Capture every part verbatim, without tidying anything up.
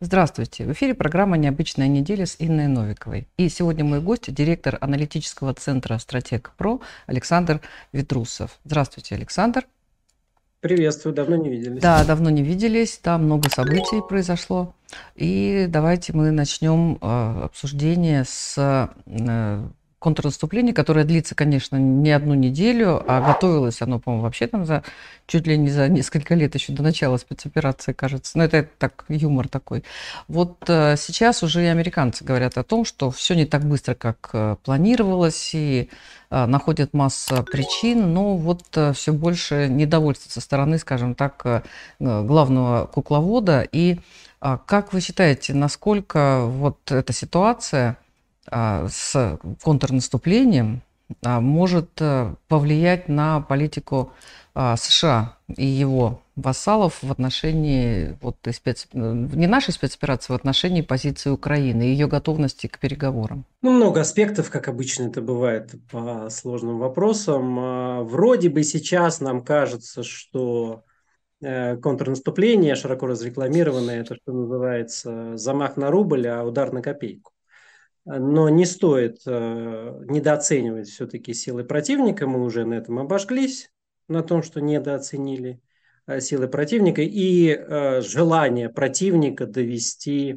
Здравствуйте! В эфире программа «Необычная неделя» с Инной Новиковой. И сегодня мой гость– директор аналитического центра «Стратег.Про» Александр Ветрусов. Здравствуйте, Александр. Приветствую, давно не виделись. Да, давно не виделись, да, много событий произошло. И давайте мы начнем э, обсуждение с э, контрнаступления, которое длится, конечно, не одну неделю, а готовилось оно, по-моему, вообще там за чуть ли не за несколько лет еще до начала спецоперации, кажется. Но это так, юмор такой. Вот э, сейчас уже и американцы говорят о том, что все не так быстро, как э, планировалось, и э, находят масса причин, но вот э, все больше недовольства со стороны, скажем так, э, главного кукловода. И а как вы считаете, насколько вот эта ситуация а, с контрнаступлением а, может а, повлиять на политику а, США и его вассалов в отношении вот, и спец... не нашей спецоперации, в отношении позиции Украины и ее готовности к переговорам? Ну, много аспектов, как обычно это бывает по сложным вопросам. А, Вроде бы сейчас нам кажется, что э, контрнаступление, широко разрекламированное, это что называется замах на рубль, а удар на копейку. Но не стоит э, недооценивать все-таки силы противника. Мы уже на этом обожглись, на том, что недооценили э, силы противника и э, желание противника довести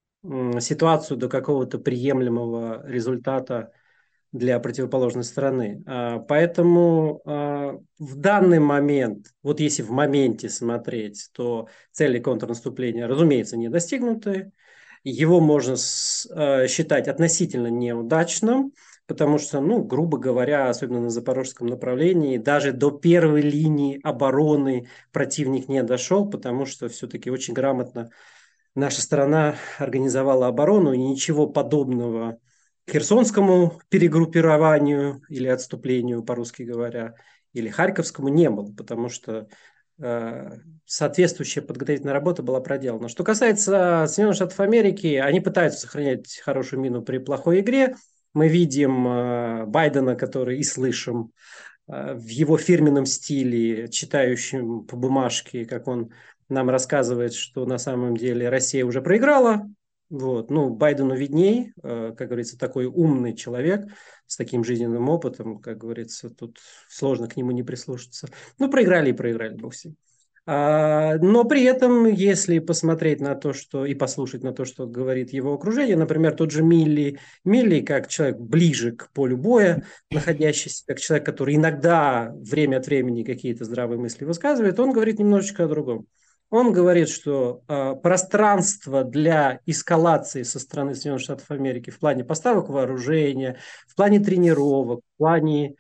м, ситуацию до какого-то приемлемого результата для противоположной стороны. А, Поэтому а, в данный момент, вот если в моменте смотреть, то цели контрнаступления, разумеется, не достигнуты. Его можно с- э, считать относительно неудачным, потому что, ну, грубо говоря, особенно на запорожском направлении, даже до первой линии обороны противник не дошел, потому что все-таки очень грамотно наша страна организовала оборону, и ничего подобного Херсонскому перегруппированию или отступлению, по-русски говоря, или Харьковскому не было, потому что э, соответствующая подготовительная работа была проделана. Что касается Соединенных Штатов Америки, они пытаются сохранять хорошую мину при плохой игре. Мы видим э, Байдена, который и слышим э, в его фирменном стиле, читающим по бумажке, как он нам рассказывает, что на самом деле Россия уже проиграла. Вот. Ну, Байдену видней, э, как говорится, такой умный человек с таким жизненным опытом, как говорится, тут сложно к нему не прислушаться. Ну, проиграли и проиграли, бог с ним. А, Но при этом, если посмотреть на то, что и послушать на то, что говорит его окружение, например, тот же Милли, Милли как человек ближе к полю боя, находящийся, как человек, который иногда время от времени какие-то здравые мысли высказывает, он говорит немножечко о другом. Он говорит, что э, пространство для эскалации со стороны Соединенных Штатов Америки в плане поставок вооружения, в плане тренировок, в плане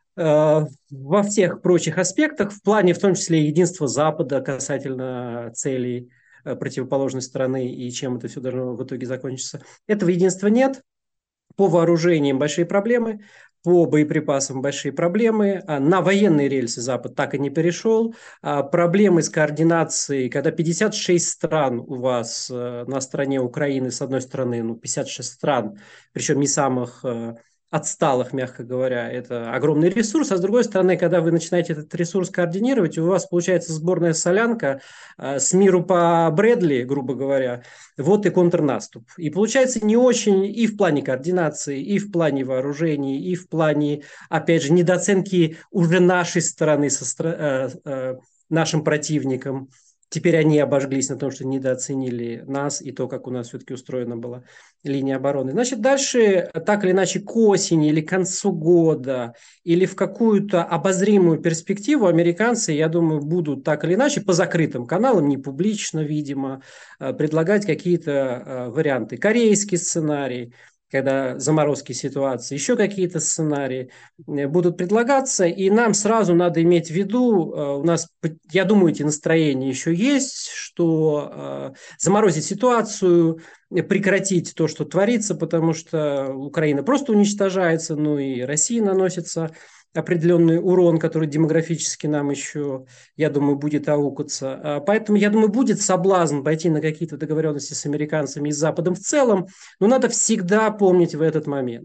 э, во всех прочих аспектах, в плане в том числе единства Запада касательно целей э, противоположной стороны и чем это все должно в итоге закончиться. Этого единства нет. По вооружениям большие проблемы, по боеприпасам большие проблемы. А На военные рельсы Запад так и не перешел. А Проблемы с координацией, когда пятьдесят шесть стран у вас э, на стороне Украины, с одной стороны, ну, пятьдесят шесть стран, причем не самых э, отсталых, мягко говоря, это огромный ресурс, а с другой стороны, когда вы начинаете этот ресурс координировать, у вас получается сборная солянка э, с миру по Брэдли, грубо говоря, вот и контрнаступ. И получается не очень и в плане координации, и в плане вооружений, и в плане, опять же, недооценки уже нашей стороны со стра- э, э, нашим противникам. Теперь они обожглись на том, что недооценили нас и то, как у нас все-таки устроена была линия обороны. Значит, дальше, так или иначе, к осени или к концу года, или в какую-то обозримую перспективу американцы, я думаю, будут так или иначе по закрытым каналам, не публично, видимо, э, предлагать какие-то э, варианты. Корейский сценарий, когда заморозки ситуации, еще какие-то сценарии э, будут предлагаться, и нам сразу надо иметь в виду, э, у нас, я думаю, эти настроения еще есть, что э, заморозить ситуацию, прекратить то, что творится, потому что Украина просто уничтожается, ну и России наносится определенный урон, который демографически нам еще, я думаю, будет аукаться. А Поэтому, я думаю, будет соблазн пойти на какие-то договоренности с американцами и с Западом в целом, но надо всегда помнить в этот момент,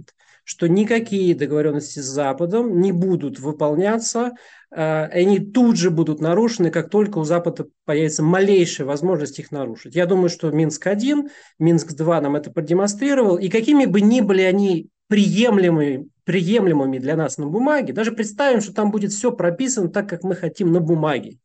что никакие договоренности с Западом не будут выполняться, они тут же будут нарушены, как только у Запада появится малейшая возможность их нарушить. Я думаю, что Минск один, Минск два нам это продемонстрировал, и какими бы ни были они приемлемыми, приемлемыми для нас на бумаге, даже представим, что там будет все прописано так, как мы хотим на бумаге,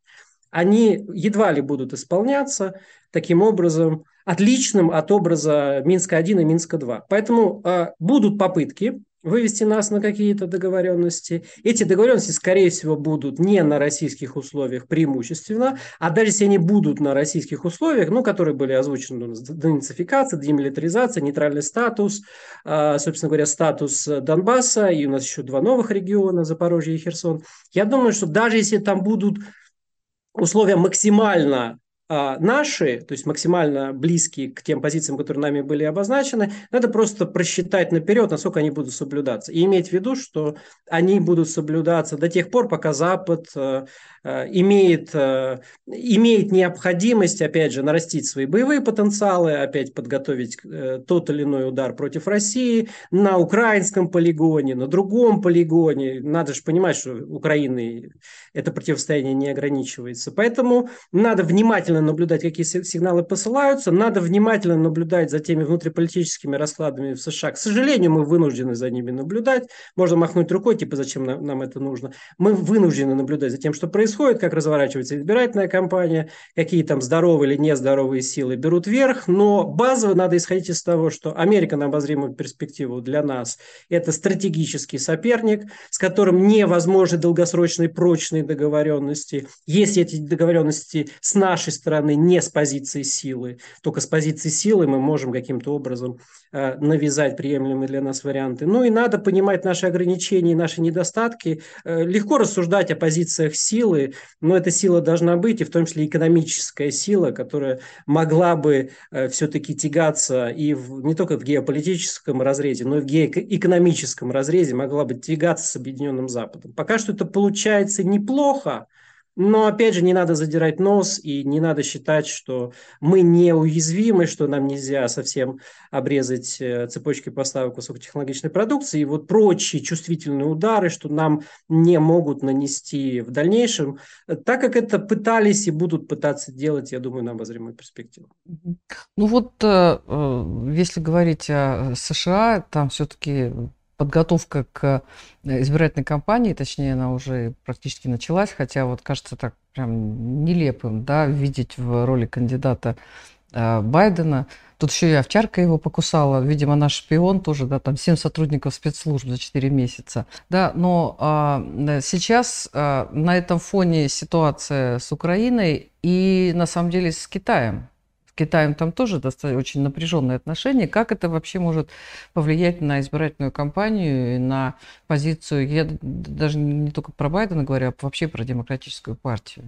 они едва ли будут исполняться таким образом, отличным от образа Минска один и Минска два. Поэтому э, будут попытки вывести нас на какие-то договоренности. Эти договоренности, скорее всего, будут не на российских условиях преимущественно, а даже если они будут на российских условиях, ну, которые были озвучены: денацификация, демилитаризация, нейтральный статус, э, собственно говоря, статус Донбасса, и у нас еще два новых региона, Запорожье и Херсон. Я думаю, что даже если там будут условия максимально а, наши, то есть максимально близкие к тем позициям, которые нами были обозначены, надо просто просчитать наперед, насколько они будут соблюдаться. И иметь в виду, что они будут соблюдаться до тех пор, пока Запад а, а, имеет, а, имеет необходимость, опять же, нарастить свои боевые потенциалы, опять подготовить а, тот или иной удар против России на украинском полигоне, на другом полигоне. Надо же понимать, что Украины это противостояние не ограничивается. Поэтому надо внимательно наблюдать, какие сигналы посылаются, надо внимательно наблюдать за теми внутриполитическими раскладами в США. К сожалению, мы вынуждены за ними наблюдать. Можно махнуть рукой, типа, зачем нам, нам это нужно. Мы вынуждены наблюдать за тем, что происходит, как разворачивается избирательная кампания, какие там здоровые или нездоровые силы берут верх. Но базово надо исходить из того, что Америка на обозримую перспективу для нас – это стратегический соперник, с которым невозможны долгосрочные прочные договоренности. Если эти договоренности с нашей стороны не с позиции силы, только с позиции силы мы можем каким-то образом э, навязать приемлемые для нас варианты. Ну и надо понимать наши ограничения и наши недостатки. Э, легко рассуждать о позициях силы, но эта сила должна быть, и в том числе экономическая сила, которая могла бы э, все-таки тягаться и в, не только в геополитическом разрезе, но и в геоэкономическом разрезе, могла бы тягаться с Объединенным Западом. Пока что это получается неплохо, но, опять же, не надо задирать нос и не надо считать, что мы неуязвимы, что нам нельзя совсем обрезать цепочки поставок высокотехнологичной продукции. И вот прочие чувствительные удары, что нам не могут нанести в дальнейшем, так как это пытались и будут пытаться делать, я думаю, на обозримую перспективу. Ну вот, э, э, если говорить о США, там все-таки подготовка к избирательной кампании, точнее, она уже практически началась, хотя вот кажется так прям нелепым, да, видеть в роли кандидата э, Байдена. Тут еще и овчарка его покусала, видимо, наш шпион тоже, да, там семь сотрудников спецслужб за четыре месяца. Да, но а, сейчас а, на этом фоне ситуация с Украиной и, на самом деле, с Китаем. С Китаем там тоже достаточно очень напряженные отношения. Как это вообще может повлиять на избирательную кампанию и на позицию, я даже не только про Байдена говорю, а вообще про демократическую партию?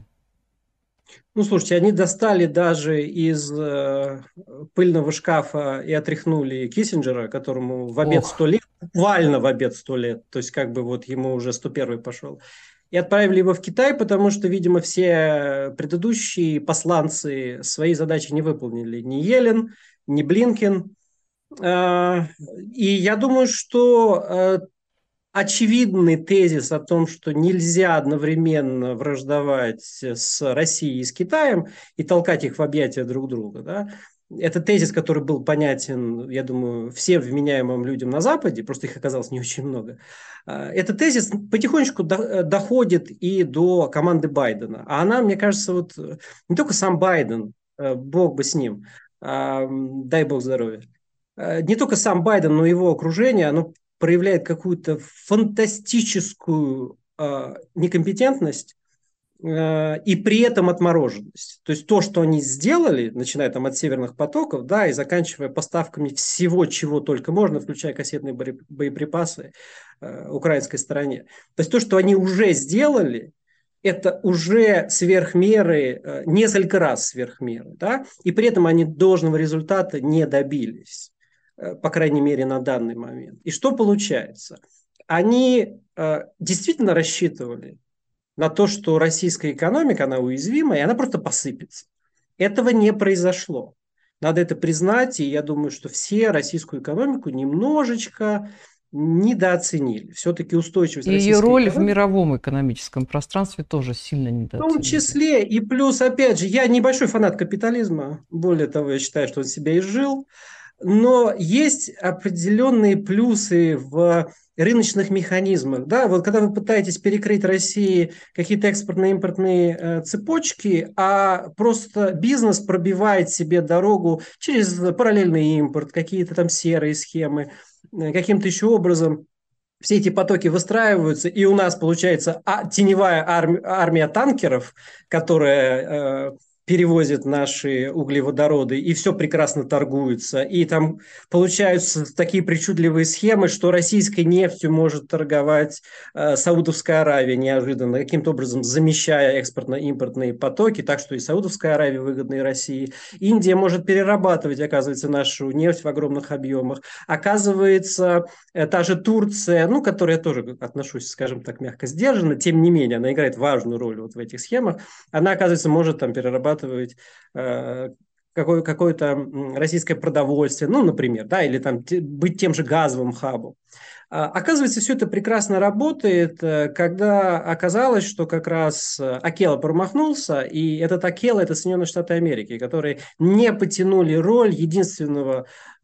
Ну, слушайте, они достали даже из э, пыльного шкафа и отряхнули Киссинджера, которому в обед Ох. сто лет, буквально в обед сто лет, то есть как бы вот ему уже сто первый пошел. И отправили его в Китай, потому что, видимо, все предыдущие посланцы свои задачи не выполнили. Ни Йеллен, ни Блинкен. Э, и я думаю, что э, очевидный тезис о том, что нельзя одновременно враждовать с Россией и с Китаем и толкать их в объятия друг друга, да, это тезис, который был понятен, я думаю, всем вменяемым людям на Западе, просто их оказалось не очень много. Этот тезис потихонечку доходит и до команды Байдена. А она, мне кажется, вот не только сам Байден, бог бы с ним, дай бог здоровья, не только сам Байден, но и его окружение, оно проявляет какую-то фантастическую э, некомпетентность э, и при этом отмороженность. То есть то, что они сделали, начиная там от северных потоков, да, и заканчивая поставками всего, чего только можно, включая кассетные боеприпасы э, украинской стороне. То есть то, что они уже сделали, это уже сверхмеры, несколько раз сверхмеры, да, и при этом они должного результата не добились, по крайней мере, на данный момент. И что получается? Они э, действительно рассчитывали на то, что российская экономика, она уязвима, и она просто посыпется. Этого не произошло. Надо это признать, и я думаю, что все российскую экономику немножечко недооценили. Все-таки устойчивость И ее российской роль в экономики мировом экономическом пространстве тоже сильно в том недооценили. числе, и плюс, опять же, я небольшой фанат капитализма, более того, я считаю, что он себя изжил, но есть определенные плюсы в рыночных механизмах. Да? Вот когда вы пытаетесь перекрыть России какие-то экспортно-импортные э, цепочки, а просто бизнес пробивает себе дорогу через параллельный импорт, какие-то там серые схемы, э, каким-то еще образом все эти потоки выстраиваются, и у нас получается а, теневая арми- армия танкеров, которая э, перевозит наши углеводороды, и все прекрасно торгуется. И там получаются такие причудливые схемы, что российской нефтью может торговать э, Саудовская Аравия неожиданно, каким-то образом замещая экспортно-импортные потоки, так что и Саудовская Аравия выгодна и России. Индия может перерабатывать, оказывается, нашу нефть в огромных объемах. Оказывается, э, та же Турция, ну, к которой я тоже отношусь, скажем так, мягко сдержанно, тем не менее, она играет важную роль вот в этих схемах. Она, оказывается, может там перерабатывать э, какое- какое-то российское продовольствие, ну, например, да, или там те- быть тем же газовым хабом. А, Оказывается, все это прекрасно работает, э, когда оказалось, что как раз э, Акела промахнулся, и этот Акела – это Соединенные Штаты Америки, которые не потянули роль единственного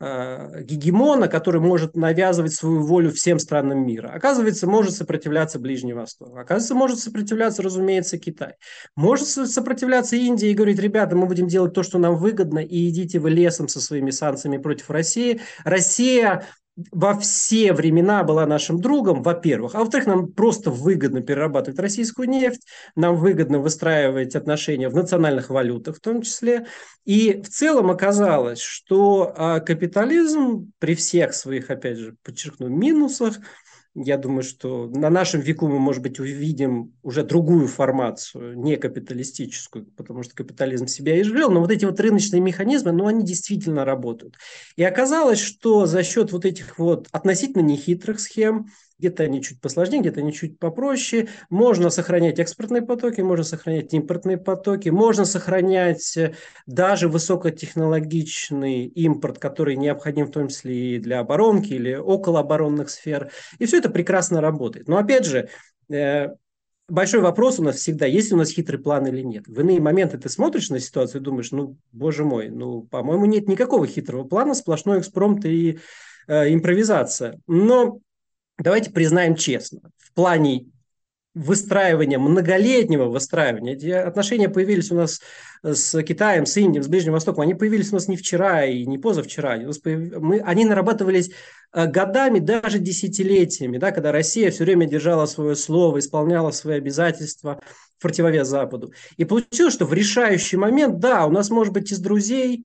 э, гегемона, который может навязывать свою волю всем странам мира. Оказывается, может сопротивляться Ближний Восток. Оказывается, может сопротивляться, разумеется, Китай. Может сопротивляться Индия и говорить: ребята, мы будем делать то, что нам выгодно, и идите вы лесом со своими санкциями против России. Россия во все времена была нашим другом, во-первых. А во-вторых, нам просто выгодно перерабатывать российскую нефть, нам выгодно выстраивать отношения в национальных валютах в том числе. И в целом оказалось, что а, капитализм при всех своих, опять же, подчеркну, минусах, я думаю, что на нашем веку мы, может быть, увидим уже другую формацию, не капиталистическую, потому что капитализм себя изжил, но вот эти вот рыночные механизмы, ну, они действительно работают. И оказалось, что за счет вот этих вот относительно нехитрых схем, где-то они чуть посложнее, где-то они чуть попроще, можно сохранять экспортные потоки, можно сохранять импортные потоки, можно сохранять даже высокотехнологичный импорт, который необходим в том числе и для оборонки или околооборонных сфер. И все это прекрасно работает. Но опять же, э, большой вопрос у нас всегда: есть ли у нас хитрый план или нет. В иные моменты ты смотришь на ситуацию и думаешь: ну, боже мой, ну, по-моему, нет никакого хитрого плана, сплошной экспромт и э, импровизация. Но давайте признаем честно, в плане выстраивания, многолетнего выстраивания. Эти отношения появились у нас с Китаем, с Индией, с Ближним Востоком. Они появились у нас не вчера и не позавчера. Они, появ... Мы... они нарабатывались годами, даже десятилетиями, да, когда Россия все время держала свое слово, исполняла свои обязательства в противовес Западу. И получилось, что в решающий момент, да, у нас, может быть, из друзей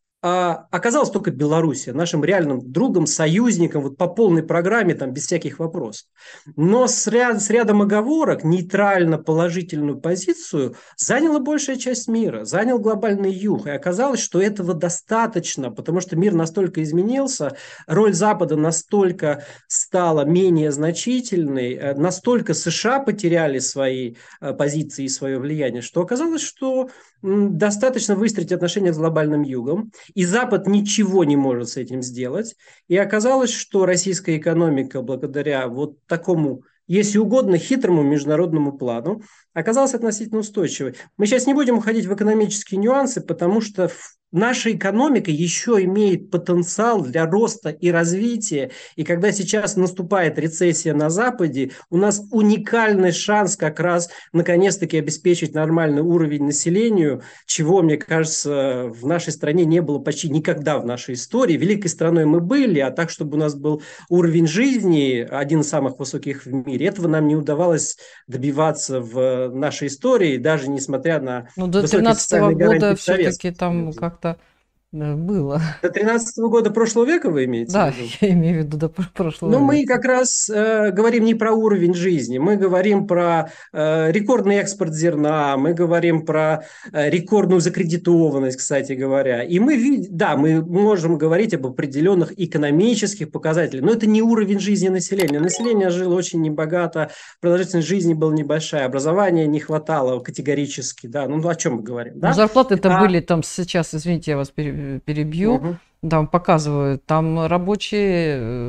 а, оказалась только Белоруссия, нашим реальным другом, союзником, вот по полной программе, там, без всяких вопросов. Но с, ряд, с рядом оговорок нейтрально-положительную позицию заняла большая часть мира, занял глобальный юг. И оказалось, что этого достаточно, потому что мир настолько изменился, роль Запада настолько стала менее значительной, настолько США потеряли свои позиции и свое влияние, что оказалось, что достаточно выстроить отношения с глобальным югом, и Запад ничего не может с этим сделать. И оказалось, что российская экономика, благодаря вот такому, если угодно, хитрому международному плану, оказалась относительно устойчивой. Мы сейчас не будем уходить в экономические нюансы, потому что наша экономика еще имеет потенциал для роста и развития. И когда сейчас наступает рецессия на Западе, у нас уникальный шанс как раз наконец-таки обеспечить нормальный уровень населению, чего, мне кажется, в нашей стране не было почти никогда в нашей истории. Великой страной мы были, а так, чтобы у нас был уровень жизни один из самых высоких в мире, этого нам не удавалось добиваться в нашей истории, даже несмотря на Ну, до высокие тринадцатого социальные гарантии года в все-таки Советском там Союзе. как-то э, было. До тринадцатого года прошлого века вы имеете в Да, виду? я имею в виду до пр- Но прошлого мы века. как раз э, говорим не про уровень жизни, мы говорим про э, рекордный экспорт зерна, мы говорим про э, рекордную закредитованность, кстати говоря. И мы видим, да, мы можем говорить об определенных экономических показателях, но это не уровень жизни населения. Население жило очень небогато, продолжительность жизни была небольшая, образования не хватало категорически, да. Ну, о чем мы говорим, Ну, да? зарплаты-то А, были там сейчас, извините, я вас пере- перебью, угу. там показывают, там рабочие э,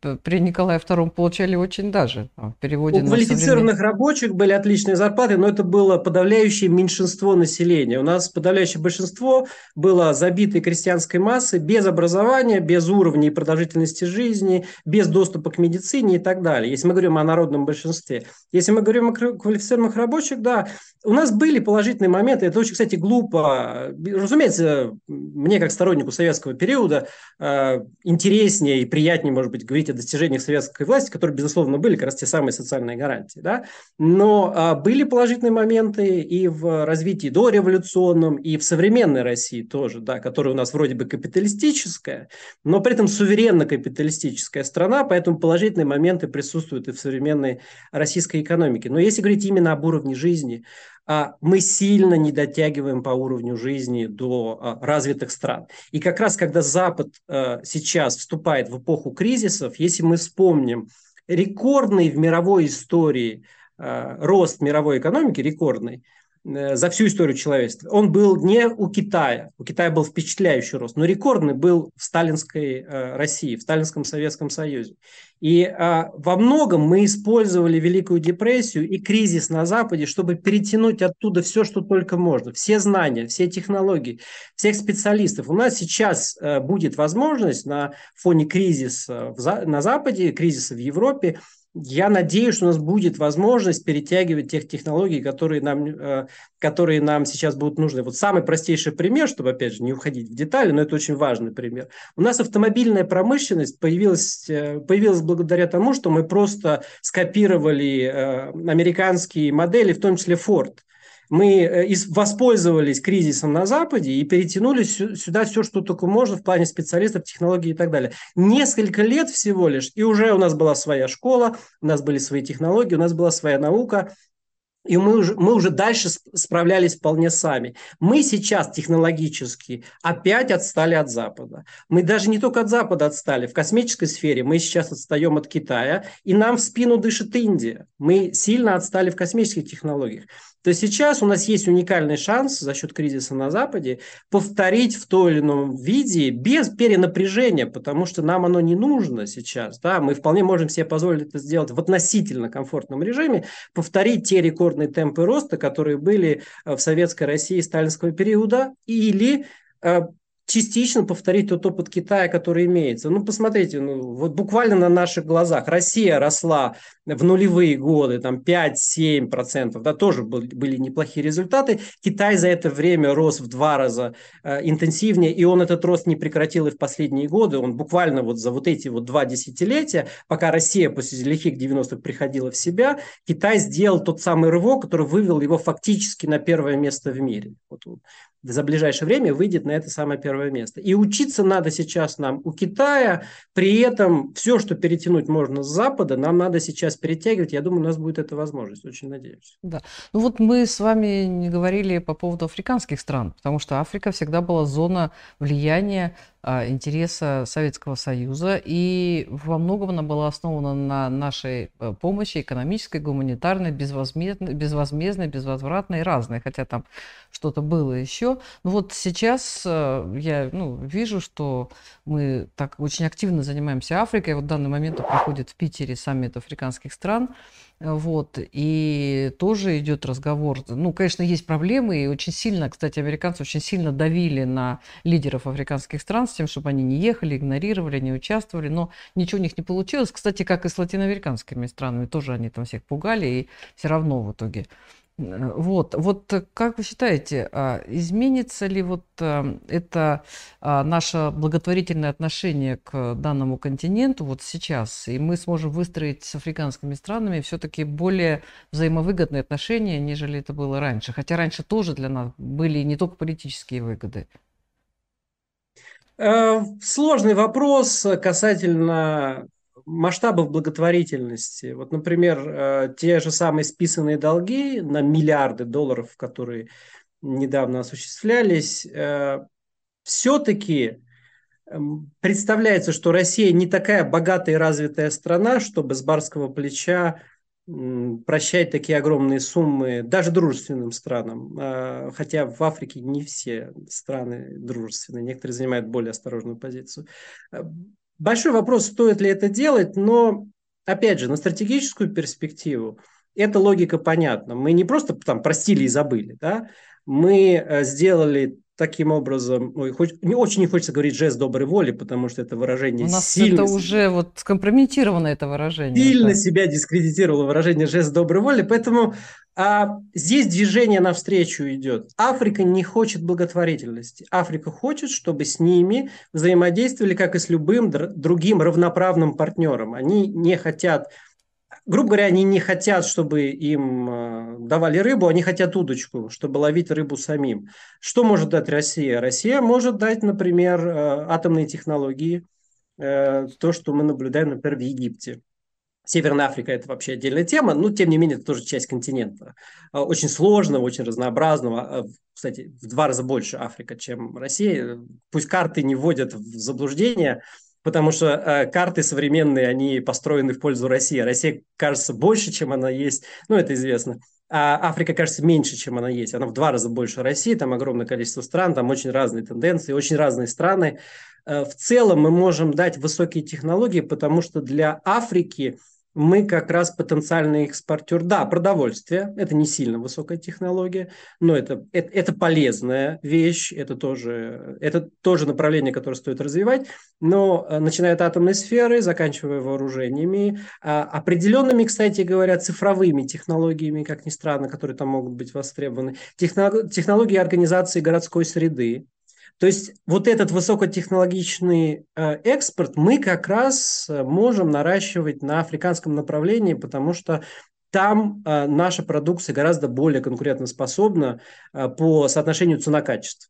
при Николае втором получали очень даже. Там, в переводе У на современный. квалифицированных рабочих были отличные зарплаты, но это было подавляющее меньшинство населения. У нас подавляющее большинство было забитой крестьянской массой, без образования, без уровня и продолжительности жизни, без доступа к медицине и так далее. Если мы говорим о народном большинстве. Если мы говорим о квалифицированных рабочих, да, у нас были положительные моменты. Это очень, кстати, глупо. Разумеется, мне, как стороннику советского периода, э, интереснее и приятнее, может быть, говорить о достижениях советской власти, которые, безусловно, были как раз те самые социальные гарантии. Да? Но а, были положительные моменты и в развитии дореволюционном, и в современной России тоже, да, которая у нас вроде бы капиталистическая, но при этом суверенно-капиталистическая страна, поэтому положительные моменты присутствуют и в современной российской экономике. Но если говорить именно об уровне жизни, а, мы сильно не дотягиваем по уровню жизни до а, развитых стран. И как раз когда Запад а, сейчас вступает в эпоху кризисов, если мы вспомним рекордный в мировой истории а, рост мировой экономики, рекордный, э, за всю историю человечества, он был не у Китая. У Китая был впечатляющий рост, но рекордный был в сталинской э, России, в сталинском Советском Союзе. И а, во многом мы использовали Великую депрессию и кризис на Западе, чтобы перетянуть оттуда все, что только можно. Все знания, все технологии, всех специалистов. У нас сейчас а, будет возможность на фоне кризиса в, на Западе, кризиса в Европе, я надеюсь, что у нас будет возможность перетягивать тех технологий, которые нам, э, которые нам сейчас будут нужны. Вот самый простейший пример, чтобы, опять же, не уходить в детали, но это очень важный пример. У нас автомобильная промышленность появилась, э, появилась благодаря тому, что мы просто скопировали э, американские модели, в том числе Ford. Мы воспользовались кризисом на Западе и перетянули сюда все, что только можно в плане специалистов, технологий и так далее. Несколько лет всего лишь, и уже у нас была своя школа, у нас были свои технологии, у нас была своя наука, и мы уже, мы уже дальше справлялись вполне сами. Мы сейчас технологически опять отстали от Запада. Мы даже не только от Запада отстали. В космической сфере мы сейчас отстаем от Китая, и нам в спину дышит Индия. Мы сильно отстали в космических технологиях. То есть сейчас у нас есть уникальный шанс за счет кризиса на Западе повторить в том или ином виде без перенапряжения, потому что нам оно не нужно сейчас. Да? Мы вполне можем себе позволить это сделать в относительно комфортном режиме, повторить те рекордные темпы роста, которые были в Советской России сталинского периода, или частично повторить тот опыт Китая, который имеется. Ну, посмотрите, ну, вот буквально на наших глазах Россия росла в нулевые годы, там пять-семь процентов, да, тоже были, были неплохие результаты. Китай за это время рос в два раза э, интенсивнее, и он этот рост не прекратил и в последние годы. Он буквально вот за вот эти вот два десятилетия, пока Россия после лихих девяностых приходила в себя, Китай сделал тот самый рывок, который вывел его фактически на первое место в мире. Вот за ближайшее время выйдет на это самое первое место. И учиться надо сейчас нам у Китая, при этом все, что перетянуть можно с Запада, нам надо сейчас перетягивать. Я думаю, у нас будет эта возможность, очень надеюсь. Да. Ну вот мы с вами не говорили по поводу африканских стран, потому что Африка всегда была зона влияния, интереса Советского Союза, и во многом она была основана на нашей помощи экономической, гуманитарной, безвозмездной, безвозмездной, безвозвратной, разной, хотя там что-то было еще. Но вот сейчас я ну, вижу, что мы так очень активно занимаемся Африкой. Вот в данный момент проходит в Питере саммит африканских стран. Вот, и тоже идет разговор. Ну, конечно, есть проблемы, и очень сильно, кстати, американцы очень сильно давили на лидеров африканских стран с тем, чтобы они не ехали, игнорировали, не участвовали, но ничего у них не получилось. Кстати, как и с латиноамериканскими странами, тоже они там всех пугали, и все равно в итоге. Вот, вот как вы считаете, изменится ли вот это наше благотворительное отношение к данному континенту вот сейчас, и мы сможем выстроить с африканскими странами все-таки более взаимовыгодные отношения, нежели это было раньше? Хотя раньше тоже для нас были не только политические выгоды. Сложный вопрос касательно масштабов благотворительности. Вот, например, те же самые списанные долги на миллиарды долларов, которые недавно осуществлялись, все-таки представляется, что Россия не такая богатая и развитая страна, чтобы с барского плеча прощать такие огромные суммы даже дружественным странам. Хотя в Африке не все страны дружественные, некоторые занимают более осторожную позицию. Большой вопрос, стоит ли это делать, но, опять же, на стратегическую перспективу эта логика понятна. Мы не просто там простили и забыли, да? Мы э, сделали таким образом, ой, хоть, не очень не хочется говорить жест доброй воли, потому что это У выражение нас это сильно уже вот скомпрометировано, это выражение, сильно да. себя дискредитировало выражение жест доброй воли, поэтому а, здесь движение навстречу идет. Африка не хочет благотворительности. Африка хочет, чтобы с ними взаимодействовали, как и с любым др- другим равноправным партнером. Они не хотят, грубо говоря, они не хотят, чтобы им э, давали рыбу, они хотят удочку, чтобы ловить рыбу самим. Что может дать Россия? Россия может дать, например, э, атомные технологии, э, то, что мы наблюдаем, например, в Египте. Северная Африка – это вообще отдельная тема, но, тем не менее, это тоже часть континента. А, очень сложного, очень разнообразного. А, кстати, в два раза больше Африка, чем Россия. Пусть карты не вводят в заблуждение, потому что э, карты современные, они построены в пользу России. Россия кажется больше, чем она есть, ну, это известно. А Африка кажется меньше, чем она есть. Она в два раза больше России, там огромное количество стран, там очень разные тенденции, очень разные страны. Э, В целом мы можем дать высокие технологии, потому что для Африки мы как раз потенциальный экспортер. Да, продовольствие – это не сильно высокая технология, но это, это, это полезная вещь, это тоже, это тоже направление, которое стоит развивать. Но э, начиная от атомной сферы, заканчивая вооружениями, а, определенными, кстати говоря, цифровыми технологиями, как ни странно, которые там могут быть востребованы, техно, технологии организации городской среды, то есть вот этот высокотехнологичный э, экспорт мы как раз э, можем наращивать на африканском направлении, потому что там э, наша продукция гораздо более конкурентоспособна э, по соотношению цена-качество.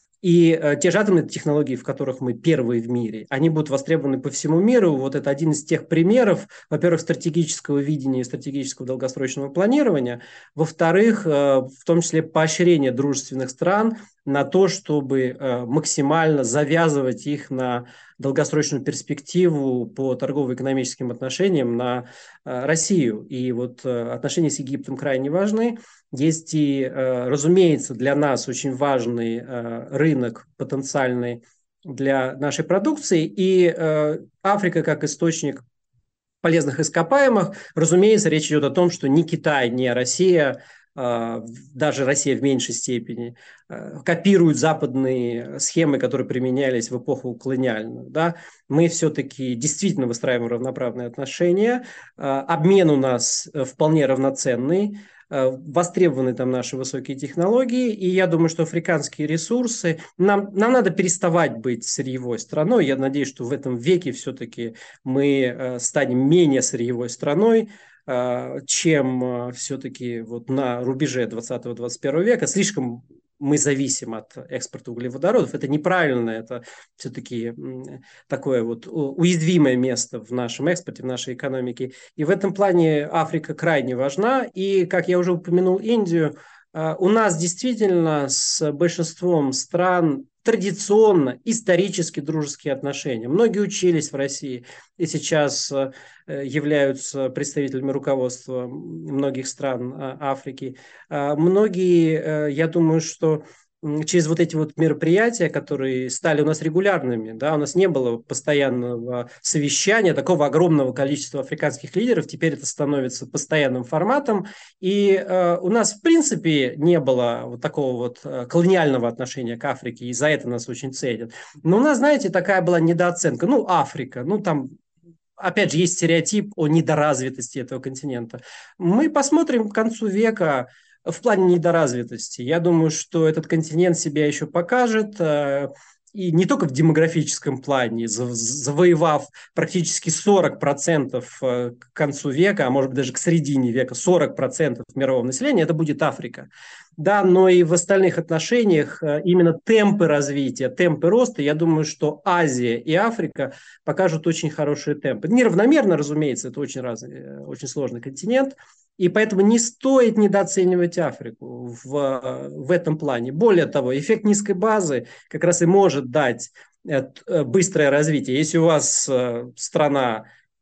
И э, те же атомные технологии, в которых мы первые в мире, они будут востребованы по всему миру. Вот это один из тех примеров, во-первых, стратегического видения и стратегического долгосрочного планирования, во-вторых, э, в том числе поощрение дружественных стран на то, чтобы э, максимально завязывать их на долгосрочную перспективу по торгово-экономическим отношениям на э, Россию. И вот э, отношения с Египтом крайне важны. Есть и, э, разумеется, для нас очень важный э, рынок потенциальный для нашей продукции. И э, Африка как источник полезных ископаемых, разумеется, речь идет о том, что ни Китай, ни Россия, э, даже Россия в меньшей степени, э, копируют западные схемы, которые применялись в эпоху колониальную. Да? Мы все-таки действительно выстраиваем равноправные отношения. Э, обмен у нас э, вполне равноценный. Э, востребованы там наши высокие технологии, и я думаю, что африканские ресурсы, нам, нам надо переставать быть сырьевой страной, я надеюсь, что в этом веке все-таки мы э, станем менее сырьевой страной, э, чем э, все-таки вот на рубеже двадцатого-двадцать первого века, слишком мы зависим от экспорта углеводородов, это неправильно, это все-таки такое вот уязвимое место в нашем экспорте, в нашей экономике. И в этом плане Африка крайне важна. И, как я уже упомянул, Индию, э, у нас действительно с большинством стран традиционно исторически дружеские отношения. Многие учились в России и сейчас э, являются представителями руководства многих стран э, Африки. Э, Многие, э, я думаю, что через вот эти вот мероприятия, которые стали у нас регулярными, да, у нас не было постоянного совещания, такого огромного количества африканских лидеров, теперь это становится постоянным форматом, и э, у нас в принципе не было вот такого вот э, колониального отношения к Африке, и за это нас очень ценят. Но у нас, знаете, такая была недооценка, ну, Африка, ну, там опять же, есть стереотип о недоразвитости этого континента. Мы посмотрим к концу века в плане недоразвитости. Я думаю, что этот континент себя еще покажет, э, и не только в демографическом плане, завоевав практически сорок процентов э, к концу века, а может быть даже к середине века, сорок процентов мирового населения, это будет Африка. Да, но и в остальных отношениях э, именно темпы развития, темпы роста, я думаю, что Азия и Африка покажут очень хорошие темпы. Неравномерно, разумеется, это очень разный, э, очень сложный континент, и поэтому не стоит недооценивать Африку в, в этом плане. Более того, эффект низкой базы как раз и может дать быстрое развитие. Если у вас страна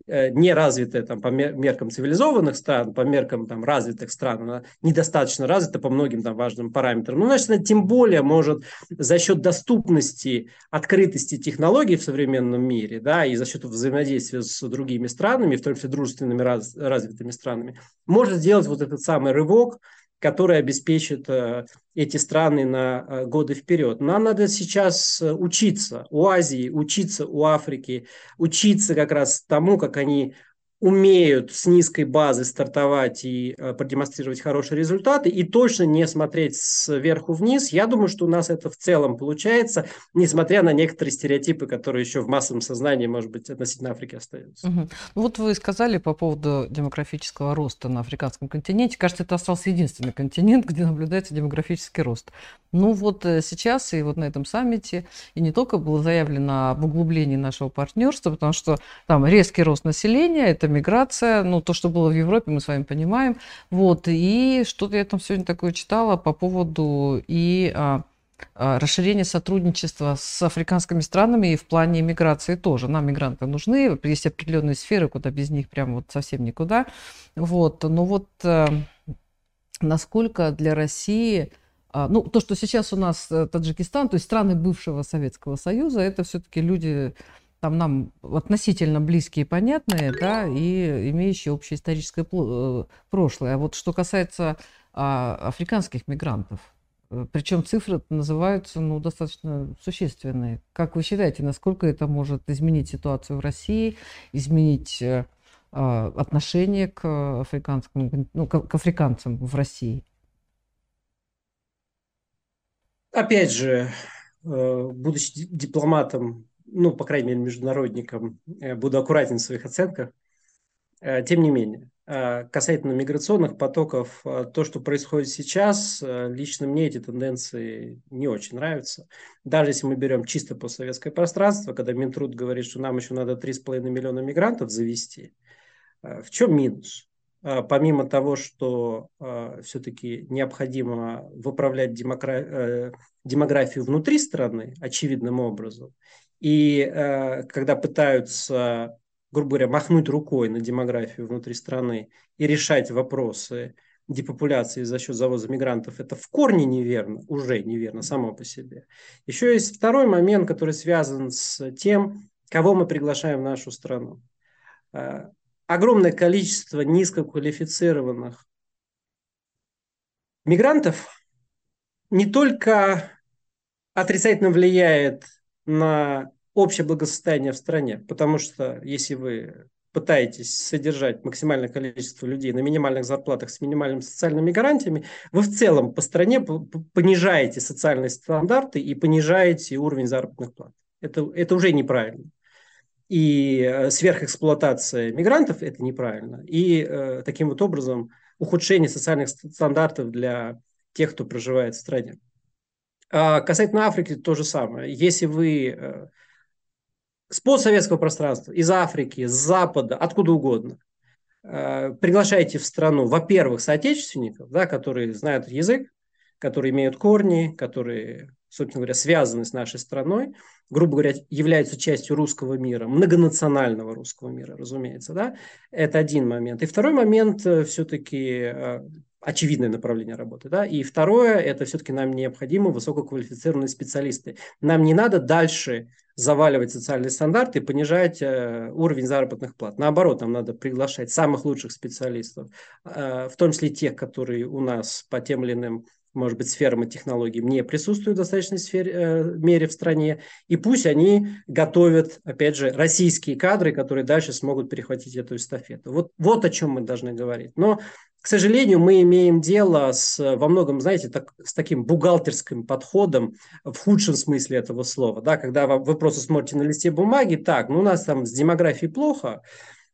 неразвитая там, по меркам цивилизованных стран, по меркам там, развитых стран, она недостаточно развита по многим там, важным параметрам. Ну, значит, она тем более может за счет доступности, открытости технологий в современном мире, да, и за счет взаимодействия с другими странами, в том числе дружественными раз, развитыми странами, может сделать вот этот самый рывок, который обеспечит э, эти страны на э, годы вперед. Нам надо сейчас учиться у Азии, учиться у Африки, учиться как раз тому, как они умеют с низкой базы стартовать и э, продемонстрировать хорошие результаты, и точно не смотреть сверху вниз. Я думаю, что у нас это в целом получается, несмотря на некоторые стереотипы, которые еще в массовом сознании, может быть, относительно Африки остаются. Мгм. Ну вот вы сказали по поводу демографического роста на африканском континенте. Кажется, это остался единственный континент, где наблюдается демографический рост. Ну вот э, сейчас и вот на этом саммите и не только было заявлено об углублении нашего партнерства, потому что там резкий рост населения, это миграция, ну то, что было в Европе, мы с вами понимаем. Вот, и что-то я там сегодня такое читала по поводу и а, а, расширения сотрудничества с африканскими странами и в плане миграции тоже. Нам мигранты нужны, есть определенные сферы, куда без них прям вот совсем никуда. Вот, но вот э, насколько для России, а, ну, то, что сейчас у нас э, Таджикистан, то есть страны бывшего Советского Союза, это все-таки люди там нам относительно близкие и понятные, да, и имеющие общее историческое пло- э, прошлое. А вот что касается а, африканских мигрантов, э, причем цифры называются, ну, достаточно существенные. Как вы считаете, насколько это может изменить ситуацию в России, изменить э, а, отношение к африканскому, ну, к, к африканцам в России? Опять же, э, будучи ди- дипломатом, ну, по крайней мере, международником, э, буду аккуратен в своих оценках. Э, Тем не менее, э, касательно миграционных потоков, э, то, что происходит сейчас, э, лично мне эти тенденции не очень нравятся. Даже если мы берем чисто постсоветское пространство, когда Минтруд говорит, что нам еще надо три с половиной миллиона мигрантов завести, э, в чем минус? Э, Помимо того, что все-таки необходимо выправлять демокра- э, демографию внутри страны очевидным образом, и э, когда пытаются, грубо говоря, махнуть рукой на демографию внутри страны и решать вопросы депопуляции за счет завоза мигрантов, это в корне неверно, уже неверно само по себе. Еще есть второй момент, который связан с тем, кого мы приглашаем в нашу страну. Э, Огромное количество низкоквалифицированных мигрантов не только отрицательно влияет на общее благосостояние в стране, потому что если вы пытаетесь содержать максимальное количество людей на минимальных зарплатах с минимальными социальными гарантиями, вы в целом по стране понижаете социальные стандарты и понижаете уровень заработных плат. Это, это уже неправильно. И э, сверхэксплуатация мигрантов – это неправильно. И э, таким вот образом ухудшение социальных стандартов для тех, кто проживает в стране. А касательно Африки то же самое. Если вы э, с постсоветского пространства, из Африки, с Запада, откуда угодно, э, приглашаете в страну, во-первых, соотечественников, да, которые знают язык, которые имеют корни, которые, собственно говоря, связаны с нашей страной, грубо говоря, являются частью русского мира, многонационального русского мира, разумеется, да, это один момент. И второй момент э, все-таки э, очевидное направление работы, да, и второе, это все-таки нам необходимы высококвалифицированные специалисты. Нам не надо дальше заваливать социальные стандарты и понижать э, уровень заработных плат. Наоборот, нам надо приглашать самых лучших специалистов, э, в том числе тех, которые у нас по тем или иным, может быть, сферам и технологиям не присутствуют в достаточной сфере, э, мере в стране, и пусть они готовят, опять же, российские кадры, которые дальше смогут перехватить эту эстафету. Вот, вот о чем мы должны говорить. Но к сожалению, мы имеем дело с, во многом, знаете, так, с таким бухгалтерским подходом в худшем смысле этого слова. Да, когда вы просто смотрите на листе бумаги, так, ну у нас там с демографией плохо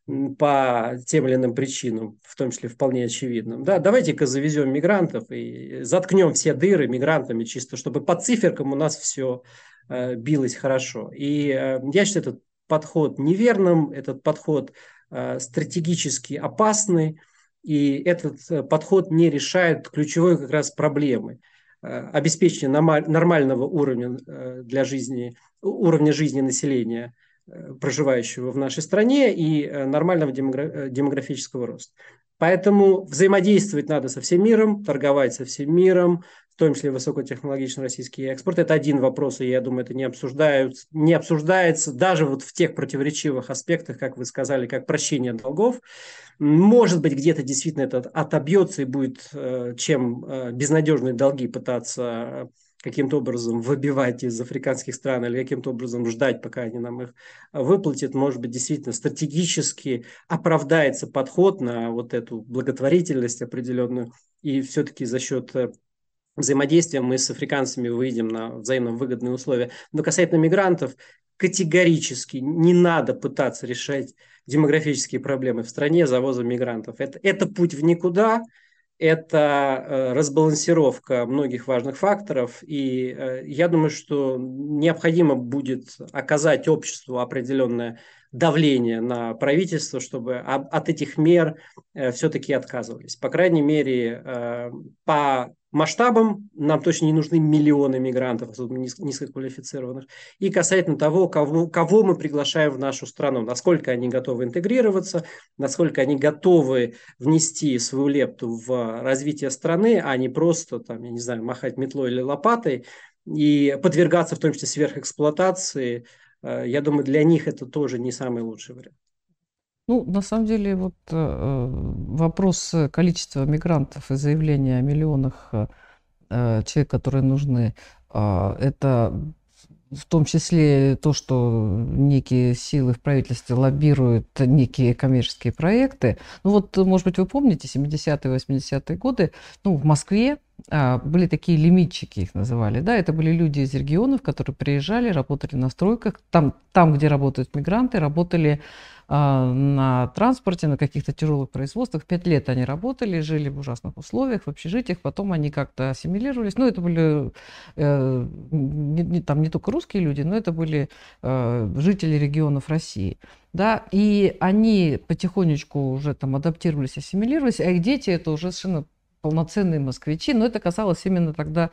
по тем или иным причинам, в том числе вполне очевидным. Да, давайте-ка завезем мигрантов и заткнем все дыры мигрантами, чисто чтобы по циферкам у нас все э, билось хорошо. И э, я считаю этот подход неверным, этот подход э, стратегически опасный, и этот э, подход не решает ключевой как раз проблемы э, обеспечения нормального уровня э, для жизни, уровня жизни населения проживающего в нашей стране, и нормального демографического роста. Поэтому взаимодействовать надо со всем миром, торговать со всем миром, в том числе высокотехнологичный российский экспорт. Это один вопрос, и я думаю, это не, обсуждают, не обсуждается даже вот в тех противоречивых аспектах, как вы сказали, как прощение долгов. Может быть, где-то действительно это отобьется и будет, чем безнадежные долги пытаться каким-то образом выбивать из африканских стран или каким-то образом ждать, пока они нам их выплатят. Может быть, действительно стратегически оправдается подход на вот эту благотворительность определенную. И все-таки за счет взаимодействия мы с африканцами выйдем на взаимно выгодные условия. Но касательно мигрантов, категорически не надо пытаться решать демографические проблемы в стране завозом мигрантов. Это, это путь в никуда. Это разбалансировка многих важных факторов, и я думаю, что необходимо будет оказать обществу определенное давление на правительство, чтобы от этих мер все-таки отказывались. По крайней мере, по масштабам нам точно не нужны миллионы мигрантов, особенно низкоквалифицированных. И касательно того, кого, кого мы приглашаем в нашу страну, насколько они готовы интегрироваться, насколько они готовы внести свою лепту в развитие страны, а не просто, там, я не знаю, махать метлой или лопатой и подвергаться в том числе сверхэксплуатации. Я думаю, для них это тоже не самый лучший вариант. Ну, на самом деле, вот э, вопрос количества мигрантов и заявления о миллионах э, человек, которые нужны, э, это в том числе то, что некие силы в правительстве лоббируют некие коммерческие проекты. Ну вот, может быть, вы помните, семидесятые, восьмидесятые годы, ну, в Москве а, были такие лимитчики, их называли, да, это были люди из регионов, которые приезжали, работали на стройках, там, там где работают мигранты, работали а, на транспорте, на каких-то тяжелых производствах. Пять лет они работали, жили в ужасных условиях, в общежитиях, потом они как-то ассимилировались. Ну, это были э, не, не, там не только русские люди, но это были э, жители регионов России. Да, и они потихонечку уже там адаптировались, ассимилировались, а их дети это уже совершенно полноценные москвичи, но это касалось именно тогда,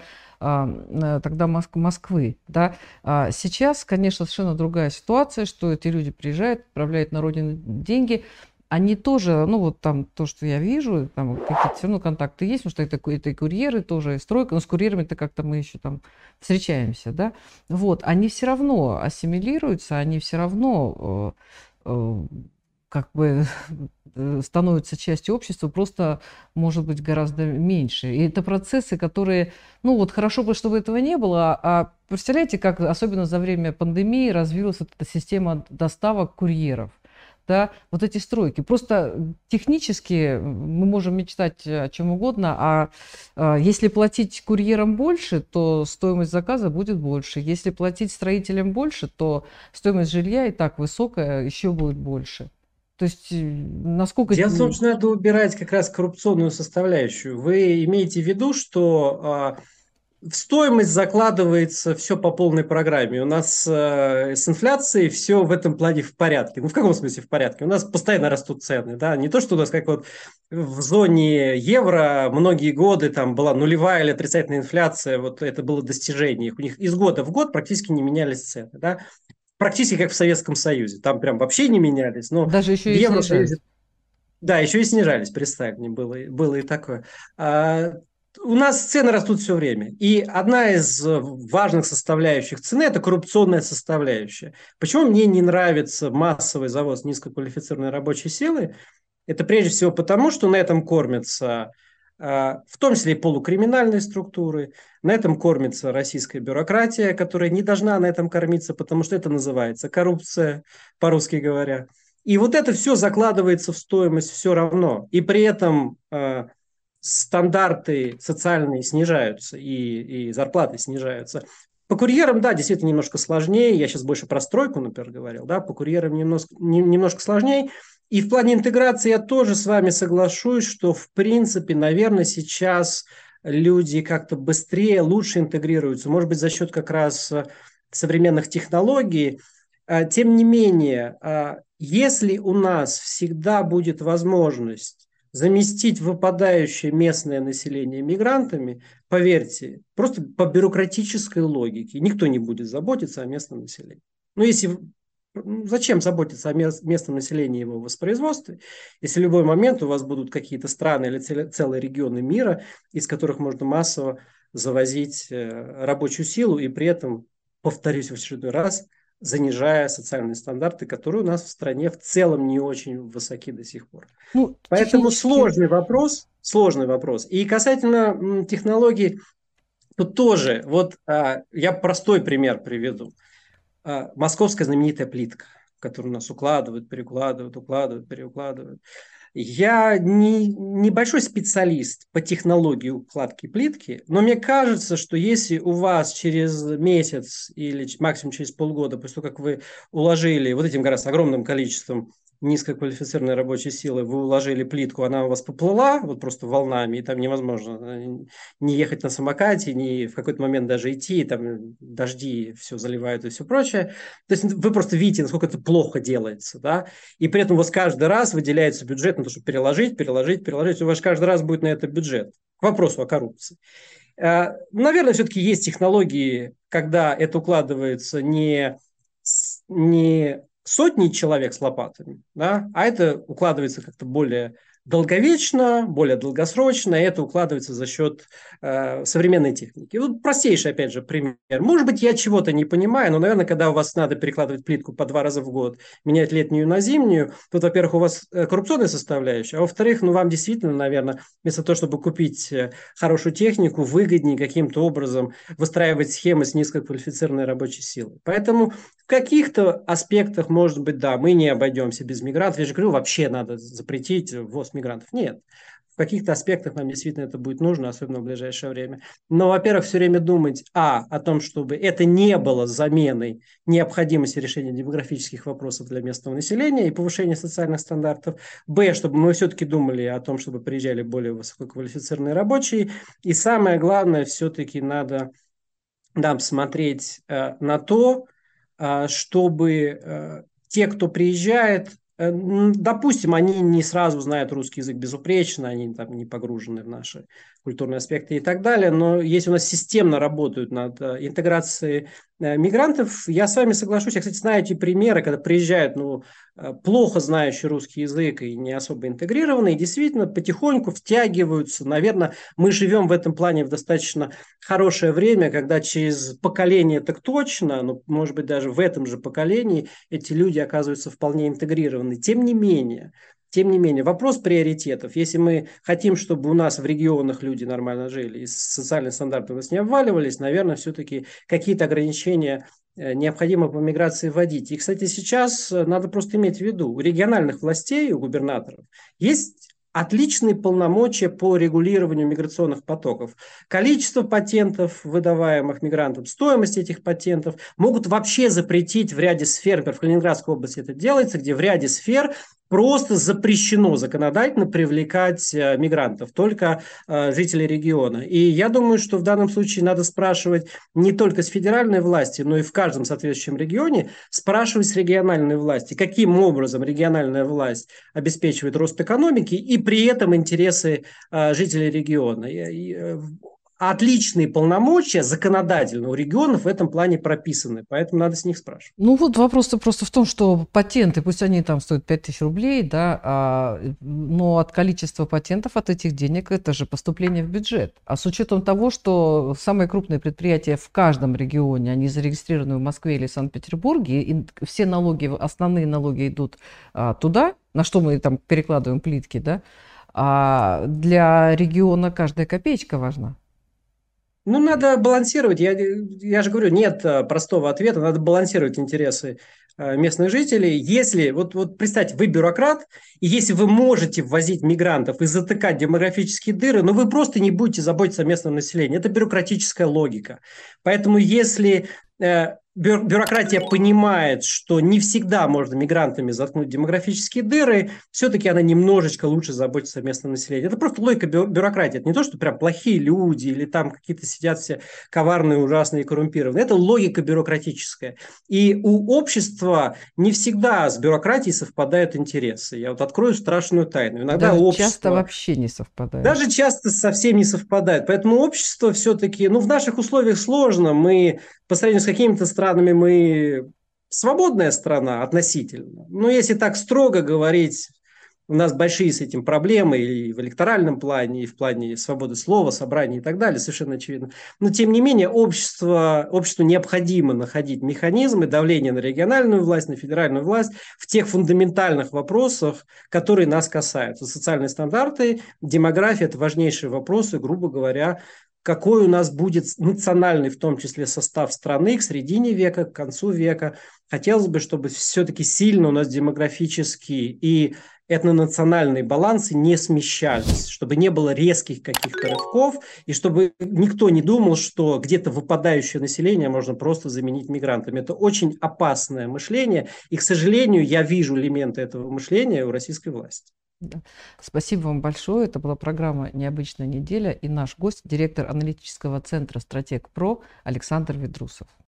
тогда Москвы. Да. А сейчас, конечно, совершенно другая ситуация, что эти люди приезжают, отправляют на родину деньги, они тоже, ну вот там то, что я вижу, там какие-то все равно контакты есть, потому что это, это и курьеры тоже, и стройка, но с курьерами-то как-то мы еще там встречаемся, да, вот, они все равно ассимилируются, они все равно э, э, как бы становятся частью общества, просто может быть гораздо меньше. И это процессы, которые, ну вот хорошо бы, чтобы этого не было, а представляете, как особенно за время пандемии развилась вот эта система доставок курьеров. Да, вот эти стройки. Просто технически мы можем мечтать о чем угодно, а, а если платить курьерам больше, то стоимость заказа будет больше. Если платить строителям больше, то стоимость жилья и так высокая, еще будет больше. То есть насколько... Дело в том, что надо убирать как раз коррупционную составляющую. Вы имеете в виду, что в стоимость закладывается все по полной программе. У нас э, с инфляцией все в этом плане в порядке. Ну, в каком смысле в порядке? У нас постоянно растут цены, да, не то, что у нас как вот в зоне евро многие годы там была нулевая или отрицательная инфляция, вот это было достижение. У них из года в год практически не менялись цены, да. Практически как в Советском Союзе. Там прям вообще не менялись, но даже в еще и Евросоюзе... снижались. Да, еще и снижались, представь мне, было, было и такое. А, у нас цены растут все время. И одна из важных составляющих цены – это коррупционная составляющая. Почему мне не нравится массовый завоз низкоквалифицированной рабочей силы? Это прежде всего потому, что на этом кормятся в том числе и полукриминальные структуры, на этом кормится российская бюрократия, которая не должна на этом кормиться, потому что это называется коррупция, по-русски говоря. И вот это все закладывается в стоимость все равно. И при этом э, стандарты социальные снижаются, и, и зарплаты снижаются. По курьерам, да, действительно немножко сложнее. Я сейчас больше про стройку, например, говорил. Да, по курьерам немножко, не, немножко сложнее. И в плане интеграции я тоже с вами соглашусь, что, в принципе, наверное, сейчас люди как-то быстрее, лучше интегрируются. Может быть, за счет как раз современных технологий. Тем не менее, если у нас всегда будет возможность заместить выпадающее местное население мигрантами, поверьте, просто по бюрократической логике никто не будет заботиться о местном населении. Ну, если Ну, зачем заботиться о местном населении и его воспроизводстве, если в любой момент у вас будут какие-то страны или целые регионы мира, из которых можно массово завозить рабочую силу и при этом, повторюсь в очередной раз, занижая социальные стандарты, которые у нас в стране в целом не очень высоки до сих пор. Ну, Поэтому технически... сложный вопрос, сложный вопрос. И касательно технологий, тут тоже, вот а, я простой пример приведу. А, московская знаменитая плитка, которую у нас укладывают, перекладывают, укладывают, переукладывают. Я не, небольшой специалист по технологии укладки плитки, но мне кажется, что если у вас через месяц или максимум через полгода, после того, как вы уложили вот этим раз огромным количеством низкоквалифицированной рабочей силы, вы уложили плитку, она у вас поплыла, вот просто волнами, и там невозможно не ехать на самокате, не в какой-то момент даже идти, там дожди все заливают и все прочее. То есть вы просто видите, насколько это плохо делается, да, и при этом у вас каждый раз выделяется бюджет на то, чтобы переложить, переложить, переложить, у вас каждый раз будет на это бюджет. К вопросу о коррупции. Наверное, все-таки есть технологии, когда это укладывается не, не сотни человек с лопатами, да, а это укладывается как-то более долговечно, более долгосрочно, и это укладывается за счет э, современной техники. Вот простейший, опять же, пример. Может быть, я чего-то не понимаю, но, наверное, когда у вас надо перекладывать плитку по два раза в год, менять летнюю на зимнюю, тут, во-первых, у вас коррупционная составляющая, а во-вторых, ну, вам действительно, наверное, вместо того, чтобы купить хорошую технику, выгоднее каким-то образом выстраивать схемы с низкоквалифицированной рабочей силой. Поэтому в каких-то аспектах, может быть, да, мы не обойдемся без мигрантов. Я же говорю, вообще надо запретить ввоз мигрантов. Нет. В каких-то аспектах нам действительно это будет нужно, особенно в ближайшее время. Но, во-первых, все время думать, а, о том, чтобы это не было заменой необходимости решения демографических вопросов для местного населения и повышения социальных стандартов. Б, чтобы мы все-таки думали о том, чтобы приезжали более высококвалифицированные рабочие. И самое главное, все-таки надо нам смотреть э, на то, э, чтобы э, те, кто приезжает, допустим, они не сразу знают русский язык безупречно, они там не погружены в наши культурные аспекты и так далее, но если у нас системно работают над интеграцией мигрантов, я с вами соглашусь. Я, кстати, знаю эти примеры, когда приезжают ну, плохо знающие русский язык и не особо интегрированные, и действительно потихоньку втягиваются. Наверное, мы живем в этом плане в достаточно хорошее время, когда через поколение так точно, но, может быть, даже в этом же поколении эти люди оказываются вполне интегрированы. Тем не менее, Тем не менее, вопрос приоритетов. Если мы хотим, чтобы у нас в регионах люди нормально жили и социальные стандарты у нас не обваливались, наверное, все-таки какие-то ограничения необходимо по миграции вводить. И, кстати, сейчас надо просто иметь в виду, у региональных властей, у губернаторов есть отличные полномочия по регулированию миграционных потоков. Количество патентов, выдаваемых мигрантам, стоимость этих патентов могут вообще запретить в ряде сфер, например, в Калининградской области это делается, где в ряде сфер просто запрещено законодательно привлекать э, мигрантов, только э, жителей региона. И я думаю, что в данном случае надо спрашивать не только с федеральной власти, но и в каждом соответствующем регионе, спрашивать с региональной власти, каким образом региональная власть обеспечивает рост экономики и при этом интересы э, жителей региона. И, и, э, Отличные полномочия законодательно у регионов в этом плане прописаны, поэтому надо с них спрашивать. Ну вот вопрос-то просто в том, что патенты, пусть они там стоят пять тысяч рублей, да, а, но от количества патентов, от этих денег, это же поступление в бюджет. А с учетом того, что самые крупные предприятия в каждом регионе, они зарегистрированы в Москве или Санкт-Петербурге, и все налоги, основные налоги идут а, туда, на что мы там перекладываем плитки, да, а для региона каждая копеечка важна. Ну, надо балансировать. Я, я же говорю, нет простого ответа. Надо балансировать интересы местных жителей. Если, вот, вот представьте, вы бюрократ, и если вы можете ввозить мигрантов и затыкать демографические дыры, но вы просто не будете заботиться о местном населении. Это бюрократическая логика. Поэтому если э, бю, бюрократия понимает, что не всегда можно мигрантами заткнуть демографические дыры, все-таки она немножечко лучше заботится о местном населении. Это просто логика бю, бюрократии. Это не то, что прям плохие люди или там какие-то сидят все коварные, ужасные и коррумпированные. Это логика бюрократическая. И у общества не всегда с бюрократией совпадают интересы. Я вот открою страшную тайну. Иногда даже общество... часто вообще не совпадает. Даже часто совсем не совпадает. Поэтому общество все-таки... Ну, в наших условиях сложно. Мы, по сравнению с какими-то странами, мы свободная страна относительно. Но если так строго говорить, у нас большие с этим проблемы и в электоральном плане, и в плане свободы слова, собраний и так далее, совершенно очевидно. Но, тем не менее, общество, обществу необходимо находить механизмы давления на региональную власть, на федеральную власть в тех фундаментальных вопросах, которые нас касаются. Социальные стандарты, демография – это важнейшие вопросы, грубо говоря, какой у нас будет национальный, в том числе, состав страны к середине века, к концу века. Хотелось бы, чтобы все-таки сильно у нас демографические и этнонациональные балансы не смещались, чтобы не было резких каких-то рывков, и чтобы никто не думал, что где-то выпадающее население можно просто заменить мигрантами. Это очень опасное мышление, и, к сожалению, я вижу элементы этого мышления у российской власти. Да. Спасибо вам большое. Это была программа «Необычная неделя» и наш гость, директор аналитического центра «Стратег.Про» Александр Ведрусов.